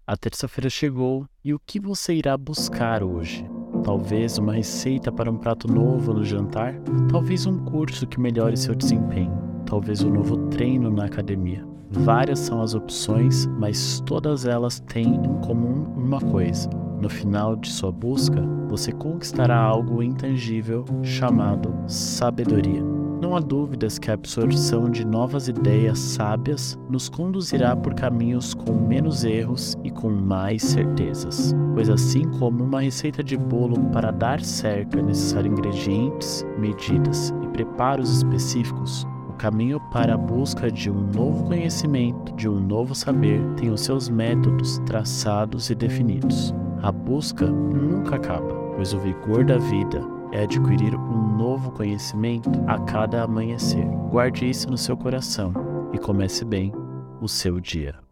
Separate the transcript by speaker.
Speaker 1: A terça-feira chegou e o que você irá buscar hoje? Talvez uma receita para um prato novo no jantar? Talvez um curso que melhore seu desempenho? Talvez um novo treino na academia? Várias são as opções, mas todas elas têm em comum uma coisa: no final de sua busca, você conquistará algo intangível chamado sabedoria. Não há dúvidas que a absorção de novas ideias sábias nos conduzirá por caminhos com menos erros e com mais certezas. Pois assim como uma receita de bolo para dar certo é necessário ingredientes, medidas e preparos específicos, o caminho para a busca de um novo conhecimento, de um novo saber, tem os seus métodos traçados e definidos. A busca nunca acaba, pois o vigor da vida é adquirir um novo conhecimento a cada amanhecer. Guarde isso no seu coração e comece bem o seu dia.